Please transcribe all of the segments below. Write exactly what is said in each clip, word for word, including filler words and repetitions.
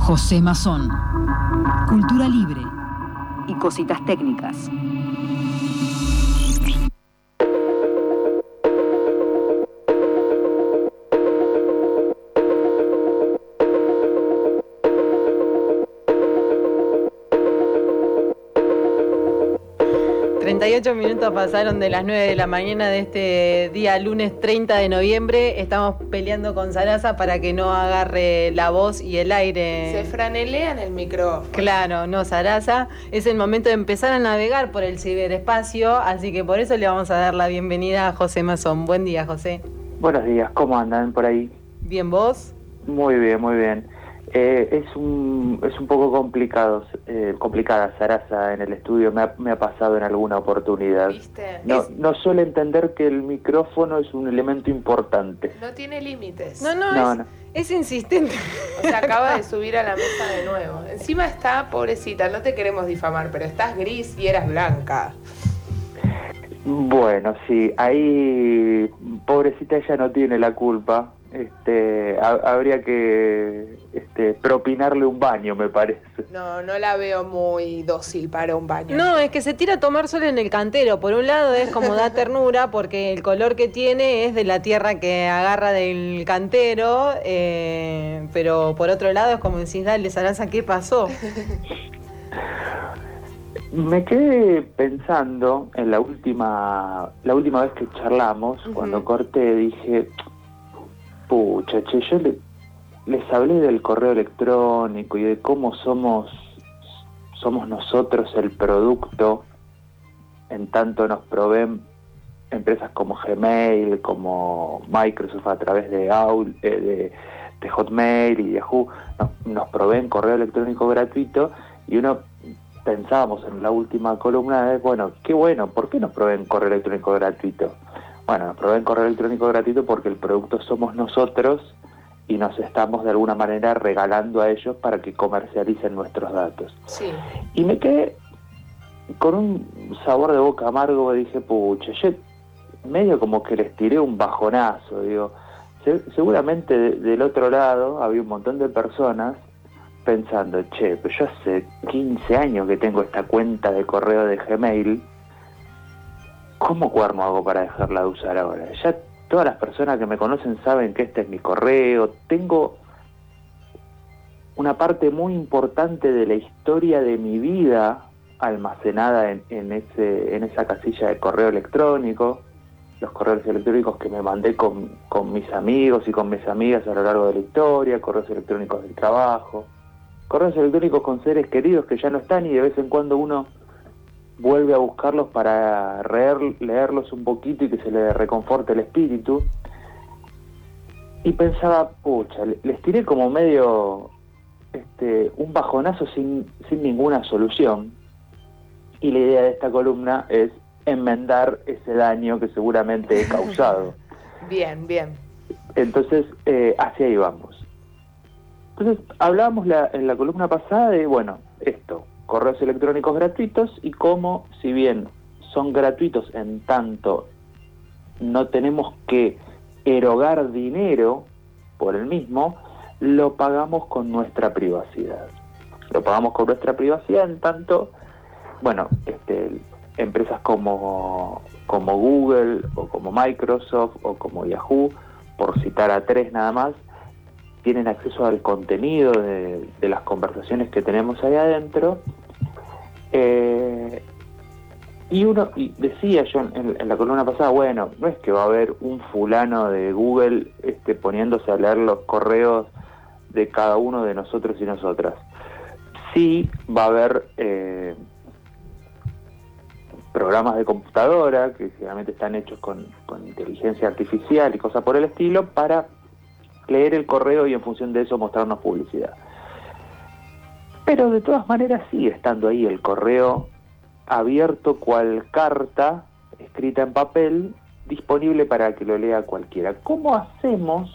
José Mazón. Cultura libre y cositas técnicas. treinta y ocho minutos pasaron de las nueve de la mañana de este día lunes treinta de noviembre. Estamos peleando con Sarasa para que no agarre la voz y el aire. Se franelea en el micrófono. Claro, no, Sarasa. Es el momento de empezar a navegar por el ciberespacio, así que por eso le vamos a dar la bienvenida a José Mazón. Buen día, José. Buenos días, ¿cómo andan por ahí? Bien, ¿vos? Muy bien, muy bien. Eh, es un es un poco complicado, eh, complicada Sarasa en el estudio, me ha, me ha pasado en alguna oportunidad. ¿Viste? No, Es... no suele entender que el micrófono es un elemento importante. No tiene límites. No, no, No, es, no. es insistente. O sea, acaba de subir a la mesa de nuevo. Encima está, pobrecita, no te queremos difamar, pero estás gris y eras blanca. Bueno, sí, ahí pobrecita ella no tiene la culpa. Este, ha, habría que este, propinarle un baño, me parece. No, no la veo muy dócil para un baño. No, es que se tira a tomar sol en el cantero. Por un lado es como da ternura porque el color que tiene es de la tierra que agarra del cantero, eh, pero por otro lado es como decís, dale, Sarasa, ¿qué pasó? Me quedé pensando en la última la última vez que charlamos, uh-huh. Cuando corté, dije, pucha, che, yo le, les hablé del correo electrónico y de cómo somos somos nosotros el producto, en tanto nos proveen empresas como Gmail, como Microsoft a través de, Outlook, eh, de, de Hotmail y Yahoo, nos, nos proveen correo electrónico gratuito, y uno pensábamos en la última columna de, bueno, qué bueno, ¿por qué nos proveen correo electrónico gratuito? Bueno, nos proveen correo electrónico gratuito porque el producto somos nosotros y nos estamos de alguna manera regalando a ellos para que comercialicen nuestros datos. Sí. Y me quedé con un sabor de boca amargo, y dije, pucha, yo medio como que les tiré un bajonazo, digo, se, seguramente de, del otro lado había un montón de personas pensando, che, pero yo hace quince años que tengo esta cuenta de correo de Gmail, ¿cómo cuerno hago para dejarla de usar ahora? Ya todas las personas que me conocen saben que este es mi correo, tengo una parte muy importante de la historia de mi vida almacenada en, en, ese, en esa casilla de correo electrónico, los correos electrónicos que me mandé con, con mis amigos y con mis amigas a lo largo de la historia, correos electrónicos del trabajo, correos electrónicos con seres queridos que ya no están y de vez en cuando uno vuelve a buscarlos para leer, leerlos un poquito y que se le reconforte el espíritu. Y pensaba, pucha, les tiré como medio este, un bajonazo sin, sin ninguna solución. Y la idea de esta columna es enmendar ese daño que seguramente he causado. Bien, bien. Entonces, eh, hacia ahí vamos. Entonces, hablábamos la, en la columna pasada de, bueno, esto, correos electrónicos gratuitos y cómo, si bien son gratuitos en tanto no tenemos que erogar dinero por el mismo, lo pagamos con nuestra privacidad. Lo pagamos con nuestra privacidad en tanto, bueno, este, empresas como, como Google o como Microsoft o como Yahoo, por citar a tres nada más, tienen acceso al contenido de, de las conversaciones que tenemos ahí adentro. Eh, y uno y decía yo en, en la columna pasada, bueno, no es que va a haber un fulano de Google este, poniéndose a leer los correos de cada uno de nosotros y nosotras. Sí va a haber eh, programas de computadora que generalmente están hechos con, con inteligencia artificial y cosas por el estilo para leer el correo y en función de eso mostrarnos publicidad. Pero de todas maneras sigue estando ahí el correo abierto cual carta escrita en papel, disponible para que lo lea cualquiera. ¿Cómo hacemos,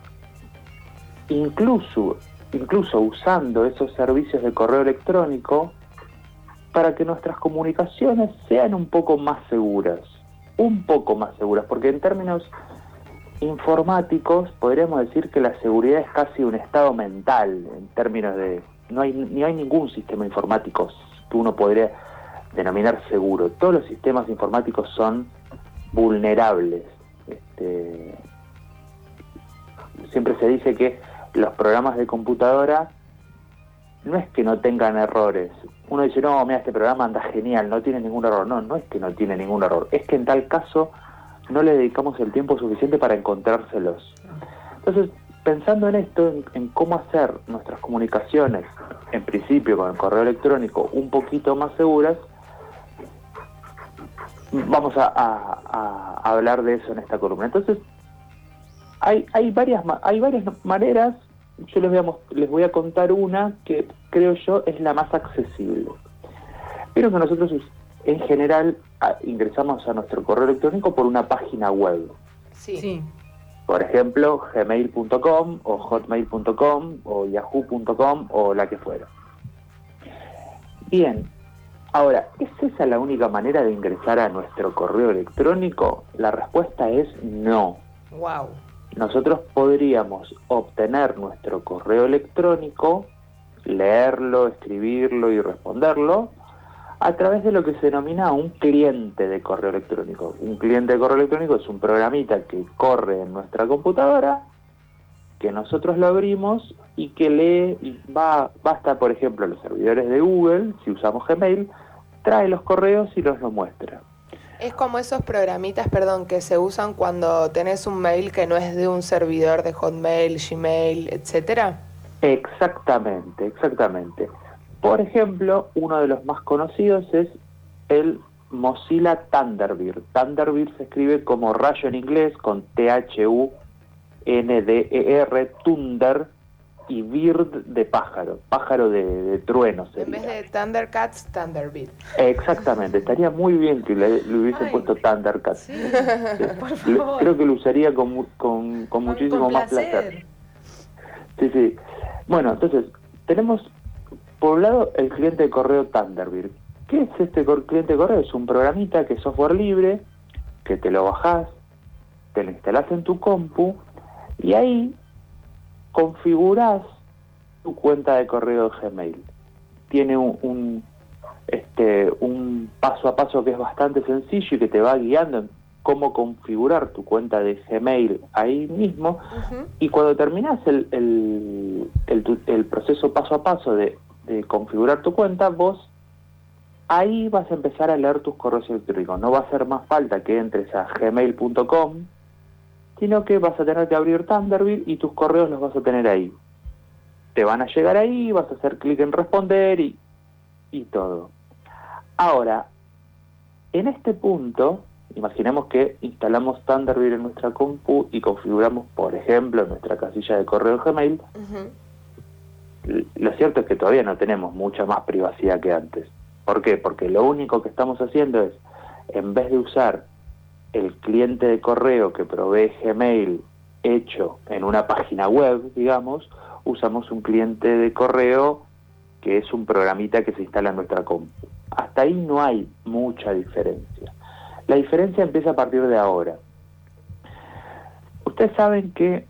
incluso, incluso usando esos servicios de correo electrónico, para que nuestras comunicaciones sean un poco más seguras? Un poco más seguras, porque en términos informáticos podríamos decir que la seguridad es casi un estado mental en términos de... No hay, ni hay ningún sistema informático que uno podría denominar seguro. Todos los sistemas informáticos son vulnerables. Este, siempre se dice que los programas de computadora no es que no tengan errores. Uno dice, no, mira, este programa anda genial, no tiene ningún error. No, no es que no tiene ningún error. Es que en tal caso no le dedicamos el tiempo suficiente para encontrárselos. Entonces, pensando en esto, en, en cómo hacer nuestras comunicaciones, en principio con el correo electrónico, un poquito más seguras, vamos a, a, a hablar de eso en esta columna. Entonces, hay, hay, varias, hay varias maneras. Yo les voy, a, les voy a contar una que creo yo es la más accesible. Pero que nosotros en general a, ingresamos a nuestro correo electrónico por una página web. Sí. sí. Por ejemplo, gmail punto com o hotmail punto com o yahoo punto com o la que fuera. Bien, ahora, ¿es esa la única manera de ingresar a nuestro correo electrónico? La respuesta es no. Wow. Nosotros podríamos obtener nuestro correo electrónico, leerlo, escribirlo y responderlo a través de lo que se denomina un cliente de correo electrónico. Un cliente de correo electrónico es un programita que corre en nuestra computadora, que nosotros lo abrimos y que lee, y va, va hasta, por ejemplo, los servidores de Google, si usamos Gmail, trae los correos y nos los muestra. Es como esos programitas, perdón, que se usan cuando tenés un mail que no es de un servidor de Hotmail, Gmail, etcétera. Exactamente, exactamente. Por ejemplo, uno de los más conocidos es el Mozilla Thunderbird. Thunderbird se escribe como rayo en inglés, con T H U N D E R, Thunder, y bird de pájaro, pájaro de, de trueno sería. En vez de Thundercats, Thunderbird. Exactamente, estaría muy bien que le, le hubiesen Ay, puesto Thundercats. Sí, sí. Por favor. Creo que lo usaría con, con, con muchísimo con más placer. placer. Sí, sí. Bueno, entonces, tenemos por un lado el cliente de correo Thunderbird. ¿Qué es este cliente de correo? Es un programita que es software libre, que te lo bajás, te lo instalás en tu compu, y ahí configurás tu cuenta de correo de Gmail. Tiene un, un, este, un paso a paso que es bastante sencillo y que te va guiando en cómo configurar tu cuenta de Gmail ahí mismo. Uh-huh. Y cuando terminás el, el, el, el proceso paso a paso de, de configurar tu cuenta, vos ahí vas a empezar a leer tus correos electrónicos. No va a hacer más falta que entres a gmail punto com, sino que vas a tener que abrir Thunderbird y tus correos los vas a tener ahí. Te van a llegar ahí, vas a hacer clic en responder y, y todo. Ahora, en este punto, imaginemos que instalamos Thunderbird en nuestra compu y configuramos, por ejemplo, nuestra casilla de correo Gmail. Uh-huh. Lo cierto es que todavía no tenemos mucha más privacidad que antes. ¿Por qué? Porque lo único que estamos haciendo es, en vez de usar el cliente de correo que provee Gmail hecho en una página web, digamos, usamos un cliente de correo que es un programita que se instala en nuestra compu. Hasta ahí no hay mucha diferencia. La diferencia empieza a partir de ahora. Ustedes saben que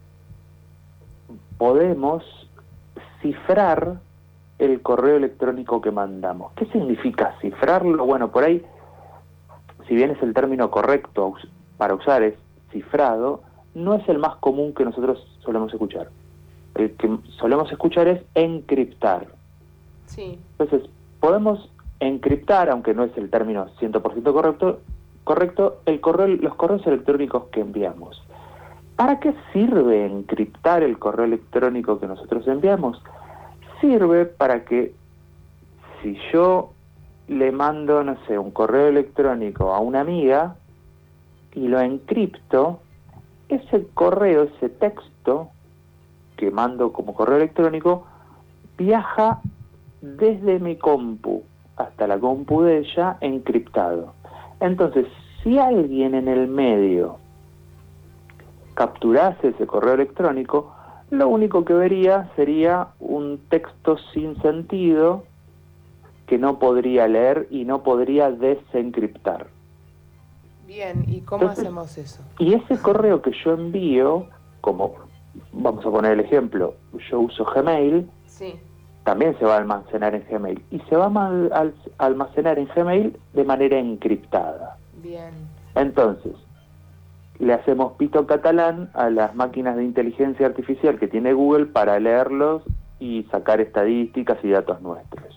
podemos cifrar el correo electrónico que mandamos. ¿Qué significa cifrarlo? Bueno, por ahí, si bien es el término correcto para usar, es cifrado, no es el más común que nosotros solemos escuchar. El que solemos escuchar es encriptar. Sí. Entonces, podemos encriptar, aunque no es el término cien por ciento correcto, correcto el correo, los correos electrónicos que enviamos. ¿Para qué sirve encriptar el correo electrónico que nosotros enviamos? Sirve para que si yo le mando, no sé, un correo electrónico a una amiga y lo encripto, ese correo, ese texto que mando como correo electrónico, viaja desde mi compu hasta la compu de ella encriptado. Entonces, si alguien en el medio capturase ese correo electrónico, lo único que vería sería un texto sin sentido que no podría leer y no podría desencriptar. Bien, ¿y cómo Entonces, hacemos eso? Y ese correo que yo envío, como vamos a poner el ejemplo, yo uso Gmail, Sí. también se va a almacenar en Gmail. Y se va a mal- al- almacenar en Gmail de manera encriptada. Bien. Entonces, le hacemos pito catalán a las máquinas de inteligencia artificial que tiene Google para leerlos y sacar estadísticas y datos nuestros.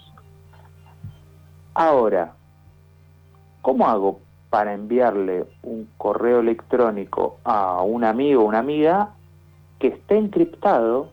Ahora, ¿cómo hago para enviarle un correo electrónico a un amigo o una amiga que esté encriptado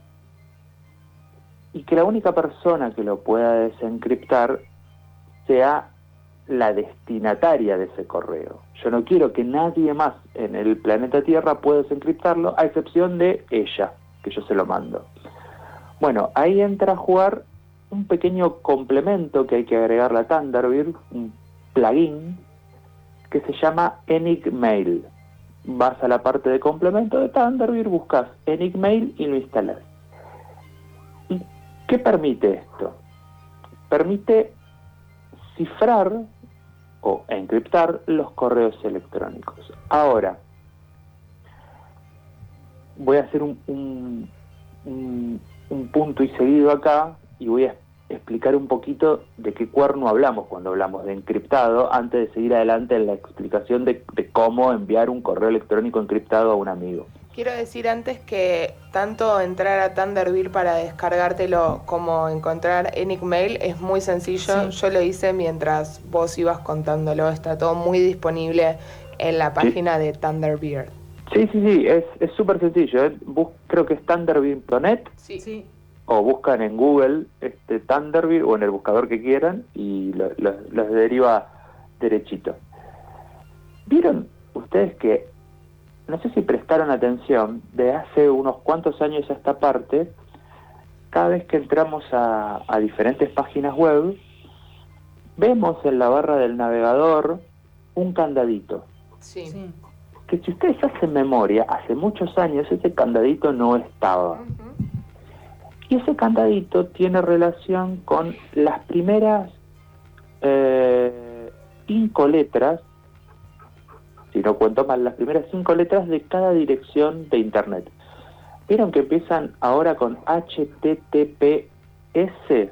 y que la única persona que lo pueda desencriptar sea la destinataria de ese correo? Yo no quiero que nadie más en el planeta Tierra pueda desencriptarlo, a excepción de ella, que yo se lo mando. Bueno, ahí entra a jugar un pequeño complemento que hay que agregarle a Thunderbird, un plugin que se llama Enigmail. Vas a la parte de complemento de Thunderbird, buscas Enigmail y lo instalas. ¿Y qué permite esto? Permite cifrar o encriptar los correos electrónicos. Ahora, voy a hacer un, un, un, un punto y seguido acá y voy a explicar un poquito de qué cuerno hablamos cuando hablamos de encriptado, antes de seguir adelante en la explicación de, de cómo enviar un correo electrónico encriptado a un amigo. Quiero decir antes que tanto entrar a Thunderbird para descargártelo como encontrar Enigmail es muy sencillo. Sí. Yo lo hice mientras vos ibas contándolo. Está todo muy disponible en la página de Thunderbird. Sí, sí, sí, es súper sencillo. ¿eh? Bus- creo que es thunderbird punto net Sí. Sí. o buscan en Google este Thunderbird o en el buscador que quieran y lo- lo- los deriva derechito. ¿Vieron ustedes que, no sé si prestaron atención, de hace unos cuantos años a esta parte, cada vez que entramos a, a diferentes páginas web, vemos en la barra del navegador un candadito? Sí. Sí. Que si ustedes hacen memoria, hace muchos años ese candadito no estaba. Ujú. Y ese candadito tiene relación con las primeras eh, cinco letras, si no cuento mal, las primeras cinco letras de cada dirección de Internet. ¿Vieron que empiezan ahora con H T T P S?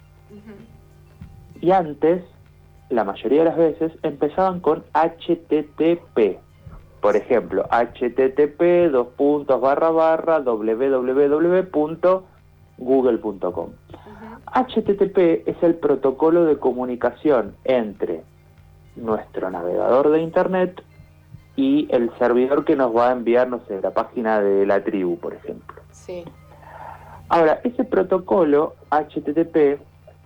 Ujú. Y antes, la mayoría de las veces, empezaban con H T T P. Por ejemplo, H T T P dos puntos barra barra w w w punto google punto com. Ujú. H T T P es el protocolo de comunicación entre nuestro navegador de Internet y el servidor que nos va a enviar, no sé, la página de la tribu, por ejemplo. Sí. Ahora, ese protocolo H T T P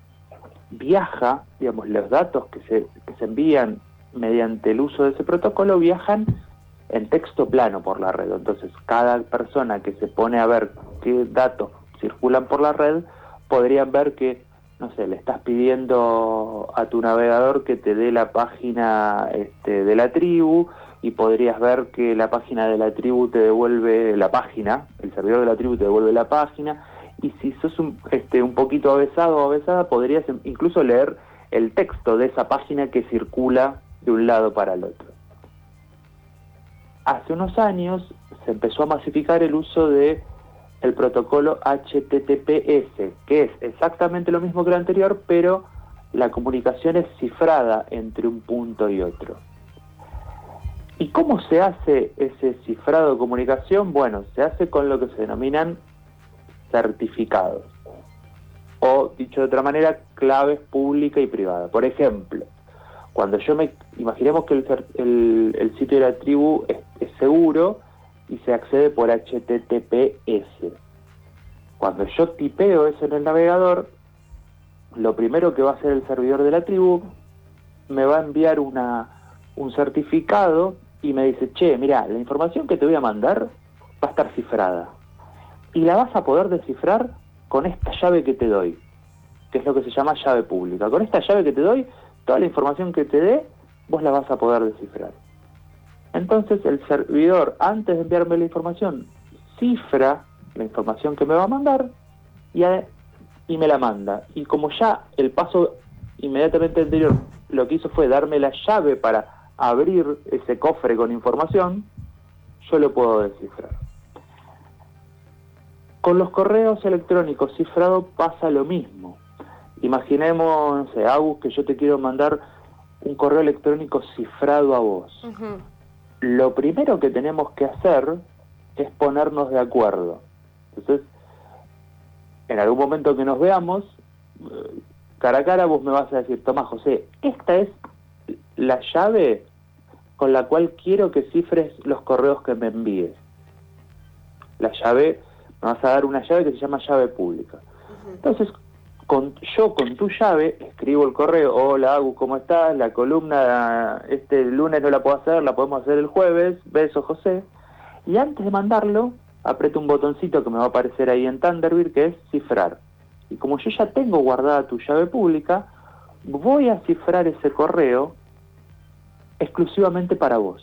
viaja, digamos, los datos que se, que se envían mediante el uso de ese protocolo viajan en texto plano por la red. Entonces, cada persona que se pone a ver qué datos circulan por la red, podrían ver que, no sé, le estás pidiendo a tu navegador que te dé la página este, de la tribu, y podrías ver que la página de la tribu te devuelve la página, el servidor de la tribu te devuelve la página, y si sos un, este, un poquito avesado o avesada, podrías incluso leer el texto de esa página que circula de un lado para el otro. Hace unos años se empezó a masificar el uso de el protocolo H T T P S, que es exactamente lo mismo que el anterior, pero la comunicación es cifrada entre un punto y otro. ¿Y cómo se hace ese cifrado de comunicación? Bueno, se hace con lo que se denominan certificados, o dicho de otra manera, claves pública y privada. Por ejemplo, cuando yo me imaginemos que el, el, el sitio de la tribu es, es seguro y se accede por H T T P S. Cuando yo tipeo eso en el navegador, lo primero que va a hacer el servidor de la tribu me va a enviar una, un certificado y me dice, che, mira, la información que te voy a mandar va a estar cifrada y la vas a poder descifrar con esta llave que te doy, que es lo que se llama llave pública. Con esta llave que te doy, toda la información que te dé, vos la vas a poder descifrar. Entonces el servidor, antes de enviarme la información, cifra la información que me va a mandar y, a, y me la manda. Y como ya el paso inmediatamente anterior lo que hizo fue darme la llave para abrir ese cofre con información, yo lo puedo descifrar. Con los correos electrónicos cifrados pasa lo mismo. Imaginemos, no sé, Agus, que yo te quiero mandar un correo electrónico cifrado a vos. Ujú. Lo primero que tenemos que hacer es ponernos de acuerdo. Entonces, en algún momento que nos veamos, eh, cara a cara, vos me vas a decir, Tomás, José, esta es la llave con la cual quiero que cifres los correos que me envíes. La llave, me vas a dar una llave que se llama llave pública. Ujú. Entonces, con, yo con tu llave escribo el correo, hola Agus, ¿cómo estás? La columna este lunes no la puedo hacer, la podemos hacer el jueves, beso José. Y antes de mandarlo, aprieto un botoncito que me va a aparecer ahí en Thunderbird, que es cifrar. Y como yo ya tengo guardada tu llave pública, voy a cifrar ese correo exclusivamente para vos.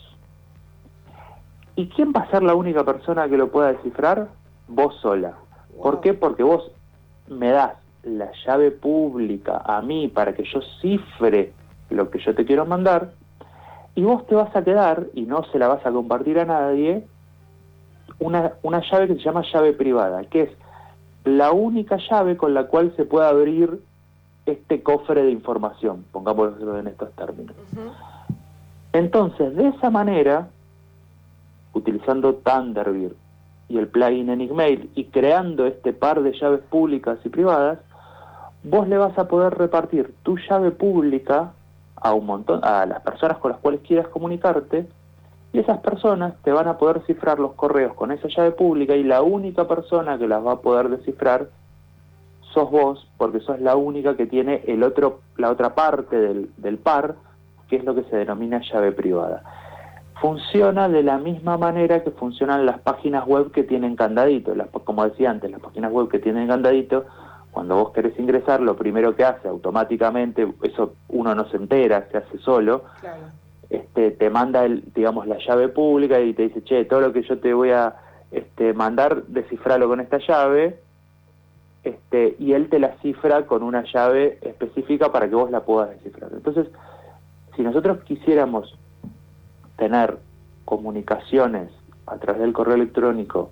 ¿Y quién va a ser la única persona que lo pueda descifrar? Vos sola. Wow. ¿Por qué? Porque vos me das la llave pública a mí para que yo cifre lo que yo te quiero mandar, y vos te vas a quedar, y no se la vas a compartir a nadie, una, una llave que se llama llave privada, que es la única llave con la cual se puede abrir este cofre de información, pongámoslo en estos términos. Ujú. Entonces, de esa manera, utilizando Thunderbird y el plugin Enigmail y creando este par de llaves públicas y privadas, vos le vas a poder repartir tu llave pública a un montón, a las personas con las cuales quieras comunicarte, y esas personas te van a poder cifrar los correos con esa llave pública, y la única persona que las va a poder descifrar sos vos, porque sos la única que tiene el otro, la otra parte del, del par, que es lo que se denomina llave privada. Funciona de la misma manera que funcionan las páginas web que tienen candadito. Las, como decía antes, las páginas web que tienen candadito, cuando vos querés ingresar, lo primero que hace automáticamente, eso uno no se entera, se hace solo, Claro. este, te manda, el, digamos, la llave pública y te dice, che, todo lo que yo te voy a este, mandar, descifralo con esta llave, este, y él te la cifra con una llave específica para que vos la puedas descifrar. Entonces, si nosotros quisiéramos tener comunicaciones a través del correo electrónico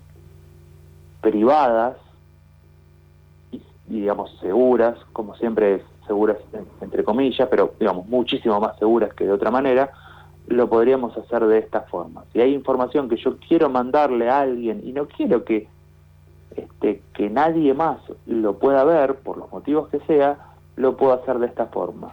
privadas y, y digamos seguras, como siempre seguras entre comillas, pero digamos muchísimo más seguras que de otra manera, lo podríamos hacer de esta forma. Si hay información que yo quiero mandarle a alguien y no quiero que este, que nadie más lo pueda ver, por los motivos que sea, lo puedo hacer de esta forma.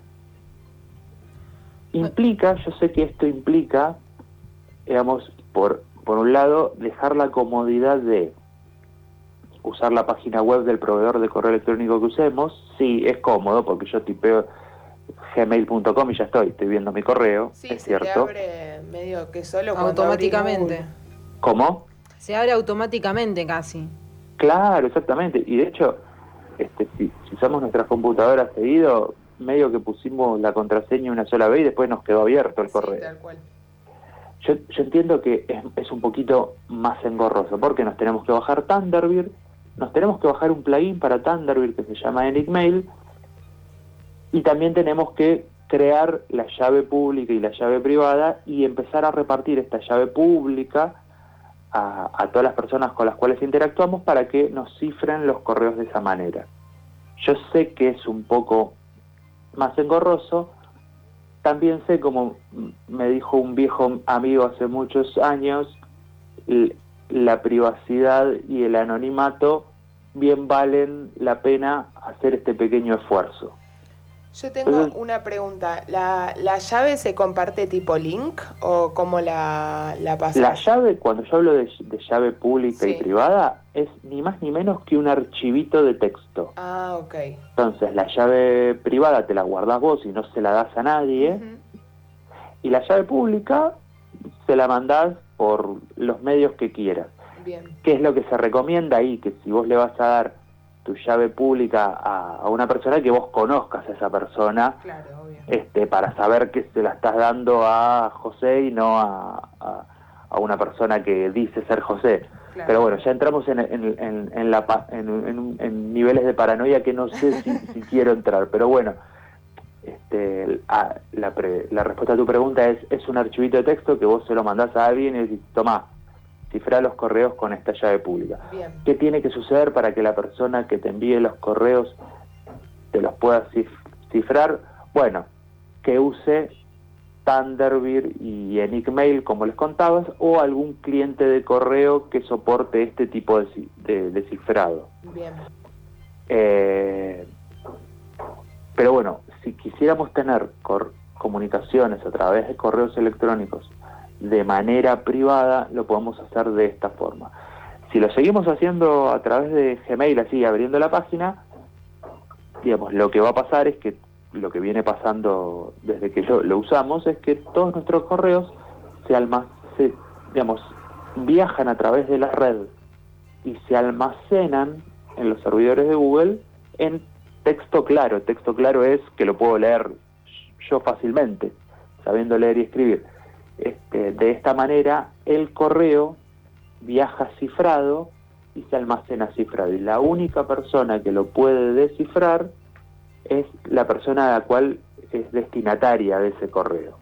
Implica, yo sé que esto implica, digamos, por, por un lado, dejar la comodidad de usar la página web del proveedor de correo electrónico que usemos. Sí, es cómodo, porque yo tipeo gmail punto com y ya estoy, estoy viendo mi correo, Sí, es se cierto. te abre medio que solo cuando Automáticamente. abrís ¿Cómo? Se abre automáticamente casi. Claro, exactamente. Y de hecho, este, si, si usamos nuestras computadoras seguido, medio que pusimos la contraseña una sola vez y después nos quedó abierto el Google. correo. Sí, tal cual. Yo, yo entiendo que es, es un poquito más engorroso, porque nos tenemos que bajar Thunderbird, nos tenemos que bajar un plugin para Thunderbird que se llama Enigmail, y también tenemos que crear la llave pública y la llave privada y empezar a repartir esta llave pública a, a todas las personas con las cuales interactuamos para que nos cifren los correos de esa manera. Yo sé que es un poco más engorroso. También sé, como me dijo un viejo amigo hace muchos años, la privacidad y el anonimato bien valen la pena hacer este pequeño esfuerzo. Yo tengo una pregunta. ¿La, la llave se comparte tipo link o cómo la, la pasas? La llave, cuando yo hablo de, de llave pública Sí. y privada, es ni más ni menos que un archivito de texto. Ah, ok. Entonces, la llave privada te la guardás vos y no se la das a nadie, Ujú. y la llave pública se la mandás por los medios que quieras. Bien. ¿Qué es lo que se recomienda ahí? Que si vos le vas a dar tu llave pública a, a una persona, que vos conozcas a esa persona, Claro, obvio. este, para saber que se la estás dando a José y no a, a, a una persona que dice ser José. Claro. Pero bueno, ya entramos en, en, en, en, la, pa- en, en, en niveles de paranoia que no sé si, si quiero entrar, pero bueno, este, a, la, pre, la respuesta a tu pregunta es, es un archivito de texto que vos se lo mandás a alguien y decís, tomá, cifrá los correos con esta llave pública. Bien. ¿Qué tiene que suceder para que la persona que te envíe los correos te los pueda cif- cifrar? Bueno, que use Thunderbird y Enigmail, como les contabas, o algún cliente de correo que soporte este tipo de, de, de cifrado. Bien. Eh, pero bueno, si quisiéramos tener cor- comunicaciones a través de correos electrónicos de manera privada, lo podemos hacer de esta forma. Si lo seguimos haciendo a través de Gmail, así abriendo la página, digamos, lo que va a pasar es que lo que viene pasando desde que yo lo usamos es que todos nuestros correos se almacenan, digamos, viajan a través de la red y se almacenan en los servidores de Google en texto claro. Texto claro es que lo puedo leer yo fácilmente, sabiendo leer y escribir. Este, de esta manera, el correo viaja cifrado y se almacena cifrado. Y la única persona que lo puede descifrar es la persona a la cual es destinataria de ese correo.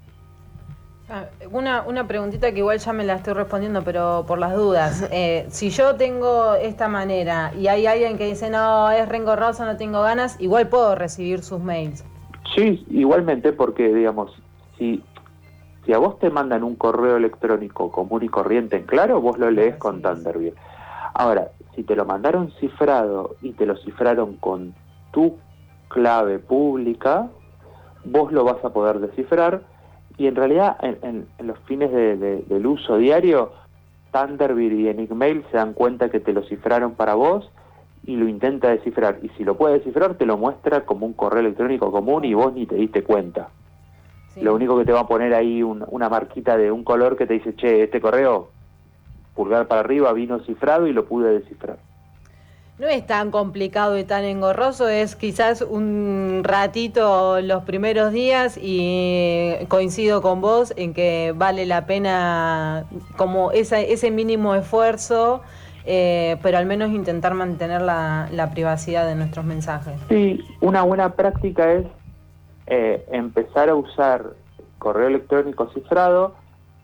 Ah, una, una preguntita que igual ya me la estoy respondiendo, pero por las dudas. Eh, si yo tengo esta manera y hay alguien que dice, no, es reengorroso, no tengo ganas, igual puedo recibir sus mails. Sí, igualmente, porque, digamos, si, si a vos te mandan un correo electrónico común y corriente en claro, vos lo lees con Thunderbird. Ahora, si te lo mandaron cifrado y te lo cifraron con tu clave pública, vos lo vas a poder descifrar, y en realidad en, en, en los fines de, de, del uso diario, Thunderbird y Enigmail se dan cuenta que te lo cifraron para vos y lo intenta descifrar, y si lo puede descifrar te lo muestra como un correo electrónico común y vos ni te diste cuenta. Sí. Lo único que te va a poner ahí un, una marquita de un color que te dice, che, este correo, pulgar para arriba, vino cifrado y lo pude descifrar. No es tan complicado y tan engorroso, es quizás un ratito los primeros días, y coincido con vos en que vale la pena como esa, ese mínimo esfuerzo, eh, pero al menos intentar mantener la, la privacidad de nuestros mensajes. Sí, una buena práctica es eh, empezar a usar correo electrónico cifrado,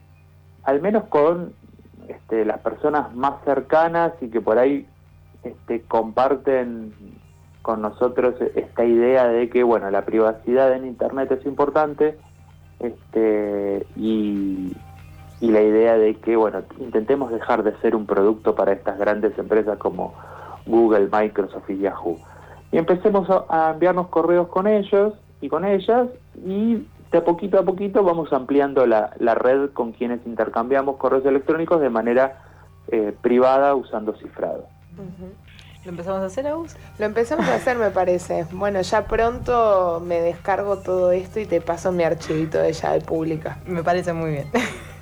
al menos con este, las personas más cercanas y que por ahí Este, comparten con nosotros esta idea de que, bueno, la privacidad en Internet es importante, este, y, y la idea de que, bueno, intentemos dejar de ser un producto para estas grandes empresas como Google, Microsoft y Yahoo. Y empecemos a, a enviarnos correos con ellos y con ellas, y de a poquito a poquito vamos ampliando la, la red con quienes intercambiamos correos electrónicos de manera eh, privada usando cifrado. Uh-huh. ¿Lo empezamos a hacer, Agus? Lo empezamos a hacer, me parece. Bueno, ya pronto me descargo todo esto y te paso mi archivito de llave pública. Me parece muy bien.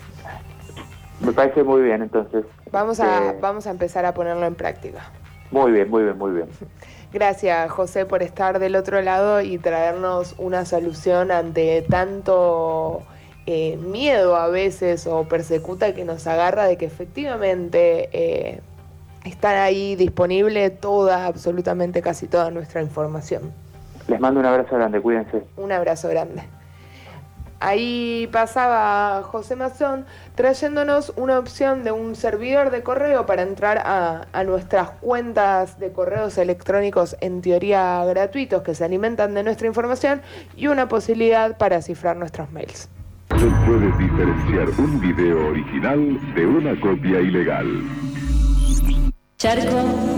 Me parece muy bien, entonces. Vamos a, eh, vamos a empezar a ponerlo en práctica. Muy bien, muy bien, muy bien. Gracias, José, por estar del otro lado y traernos una solución ante tanto eh, miedo a veces o persecuta que nos agarra de que efectivamente eh, está ahí disponible toda, absolutamente casi toda nuestra información. Les mando un abrazo grande, cuídense. Un abrazo grande. Ahí pasaba José Mazón trayéndonos una opción de un servidor de correo para entrar a, a nuestras cuentas de correos electrónicos en teoría gratuitos que se alimentan de nuestra información, y una posibilidad para cifrar nuestros mails. Se puede diferenciar un video original de una copia ilegal. Charco